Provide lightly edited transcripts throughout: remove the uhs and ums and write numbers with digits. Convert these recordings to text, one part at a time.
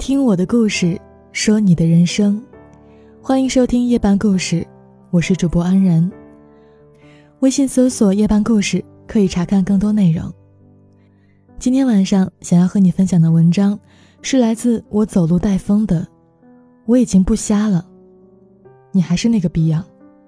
听我的故事，说你的人生。欢迎收听夜半故事，我是主播安然。微信搜索夜半故事，可以查看更多内容。今天晚上想要和你分享的文章是来自我走路带风的我已经不瞎了，你还是那个逼样。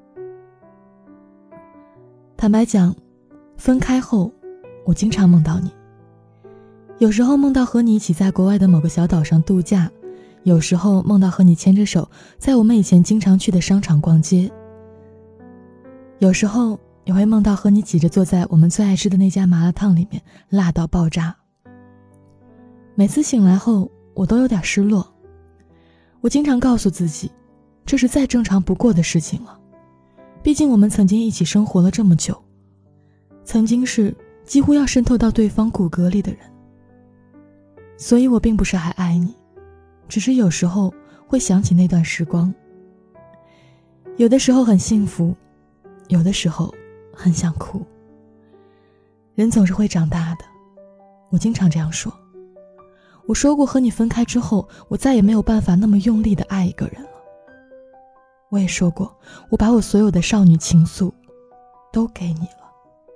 坦白讲，分开后我经常梦到你，有时候梦到和你一起在国外的某个小岛上度假，有时候梦到和你牵着手在我们以前经常去的商场逛街，有时候也会梦到和你挤着坐在我们最爱吃的那家麻辣烫里面，辣到爆炸。每次醒来后我都有点失落，我经常告诉自己，这是再正常不过的事情了，毕竟我们曾经一起生活了这么久，曾经是几乎要渗透到对方骨骼里的人。所以我并不是还爱你，只是有时候会想起那段时光，有的时候很幸福，有的时候很想哭。人总是会长大的，我经常这样说。我说过和你分开之后，我再也没有办法那么用力地爱一个人了。我也说过，我把我所有的少女情愫都给你了。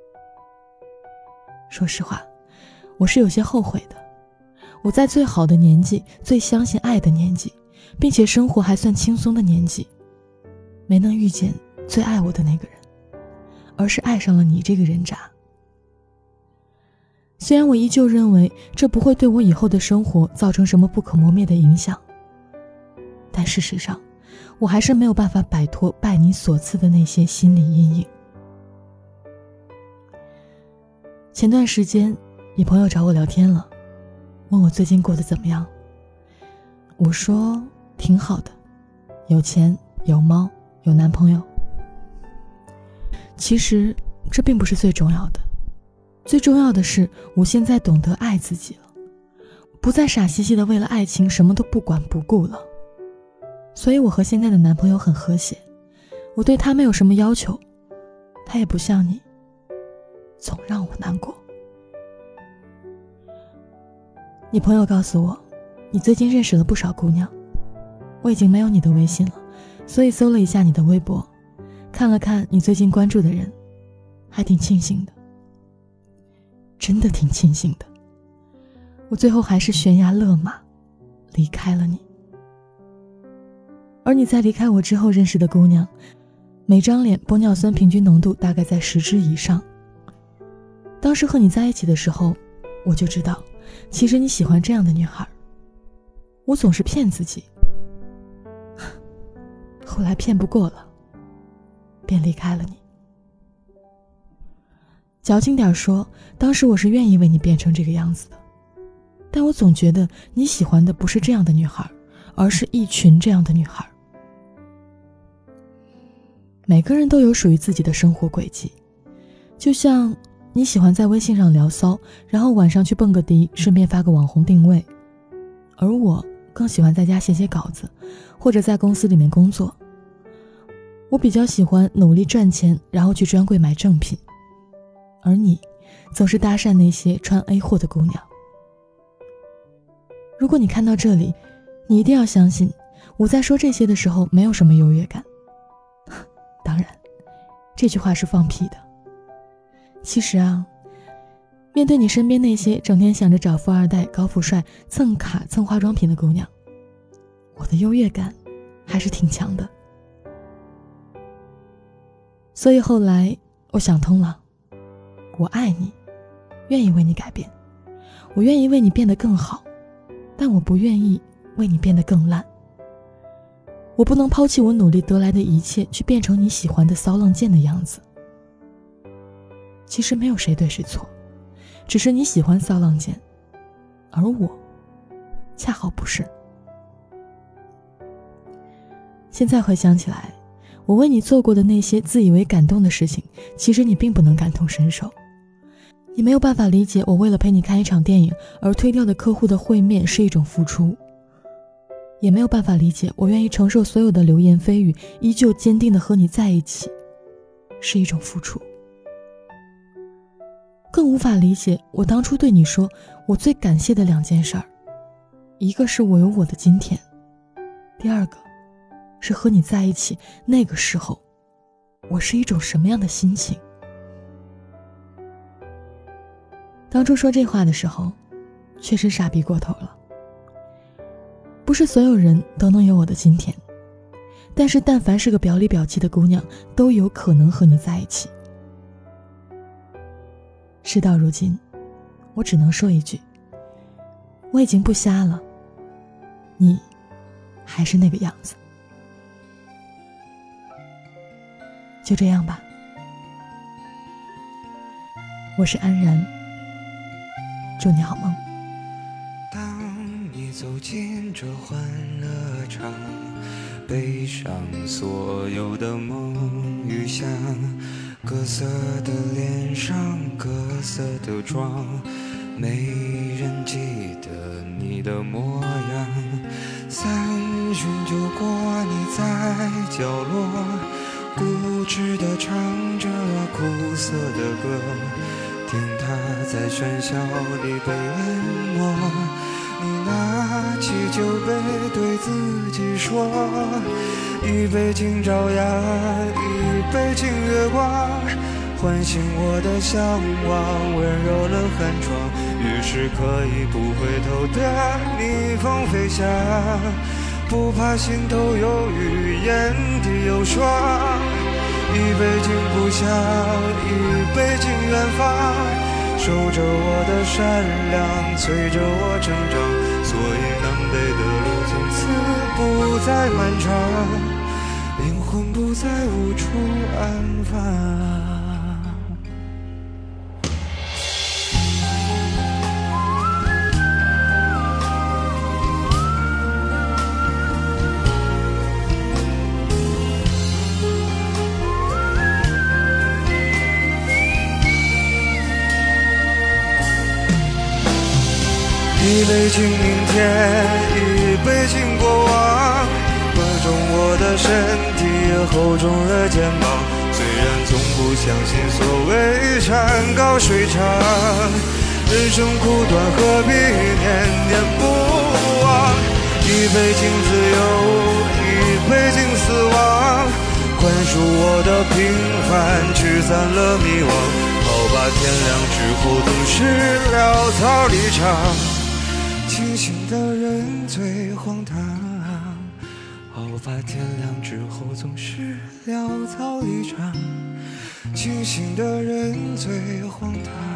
说实话，我是有些后悔的。我在最好的年纪，最相信爱的年纪，并且生活还算轻松的年纪，没能遇见最爱我的那个人，而是爱上了你这个人渣。虽然我依旧认为这不会对我以后的生活造成什么不可磨灭的影响，但事实上我还是没有办法摆脱拜你所赐的那些心理阴影。前段时间你朋友找我聊天了，问我最近过得怎么样。我说挺好的，有钱有猫有男朋友。其实这并不是最重要的，最重要的是我现在懂得爱自己了，不再傻兮兮的为了爱情什么都不管不顾了。所以我和现在的男朋友很和谐，我对他没有什么要求，他也不像你总让我难过。你朋友告诉我，你最近认识了不少姑娘，我已经没有你的微信了，所以搜了一下你的微博，看了看你最近关注的人，还挺庆幸的，真的挺庆幸的。我最后还是悬崖勒马离开了你。而你在离开我之后认识的姑娘，每张脸玻尿酸平均浓度大概在10支以上。当时和你在一起的时候，我就知道其实你喜欢这样的女孩，我总是骗自己，后来骗不过了，便离开了你。矫情点说，当时我是愿意为你变成这个样子的，但我总觉得你喜欢的不是这样的女孩，而是一群这样的女孩。每个人都有属于自己的生活轨迹，就像你喜欢在微信上聊骚，然后晚上去蹦个迪，顺便发个网红定位，而我更喜欢在家写写稿子，或者在公司里面工作。我比较喜欢努力赚钱，然后去专柜买正品，而你总是搭讪那些穿 A 货的姑娘。如果你看到这里，你一定要相信，我在说这些的时候没有什么优越感。当然，这句话是放屁的。其实啊，面对你身边那些整天想着找富二代、高富帅、蹭卡蹭化妆品的姑娘，我的优越感还是挺强的。所以后来我想通了，我爱你，愿意为你改变，我愿意为你变得更好，但我不愿意为你变得更烂。我不能抛弃我努力得来的一切，去变成你喜欢的骚浪贱的样子。其实没有谁对谁错，只是你喜欢骚浪贱，而我恰好不是。现在回想起来，我为你做过的那些自以为感动的事情，其实你并不能感同身受。你没有办法理解我为了陪你看一场电影而推掉的客户的会面是一种付出，也没有办法理解我愿意承受所有的流言蜚语，依旧坚定地和你在一起是一种付出。更无法理解我当初对你说我最感谢的2件事儿， 一个是我有我的今天，第二个是和你在一起那个时候，我是一种什么样的心情。当初说这话的时候，确实傻逼过头了。不是所有人都能有我的今天，但是但凡是个表里表气的姑娘，都有可能和你在一起。事到如今，我只能说一句，我已经不瞎了，你还是那个样子。就这样吧，我是安然，祝你好梦。 当你走进这欢乐场，背上所有的梦与想，各色的脸上各色的妆，没人记得你的模样。三巡酒过，你在角落固执地唱着苦涩的歌，听它在喧嚣里被淹没。你拿起酒杯对自己说，一杯敬朝阳，一杯敬月光，唤醒我的向往，温柔了寒窗，于是可以不回头的逆风飞翔，不怕心头有雨，眼底有霜。一杯敬故乡，一杯敬远方，守着我的善良，催着我成长，所以南北的路从此不再漫长，灵魂不再无处安放。一杯敬明天，一杯敬过往，宽重我的身体，厚重了肩膀。虽然从不相信所谓山高水长，人生苦短，何必念念不忘？一杯敬自由，一杯敬死亡，宽恕我的平凡，驱散了迷惘。好吧，天亮之后总是潦草离场。清醒的人最荒唐，好吧，天亮之后总是潦草离场。清醒的人最荒唐。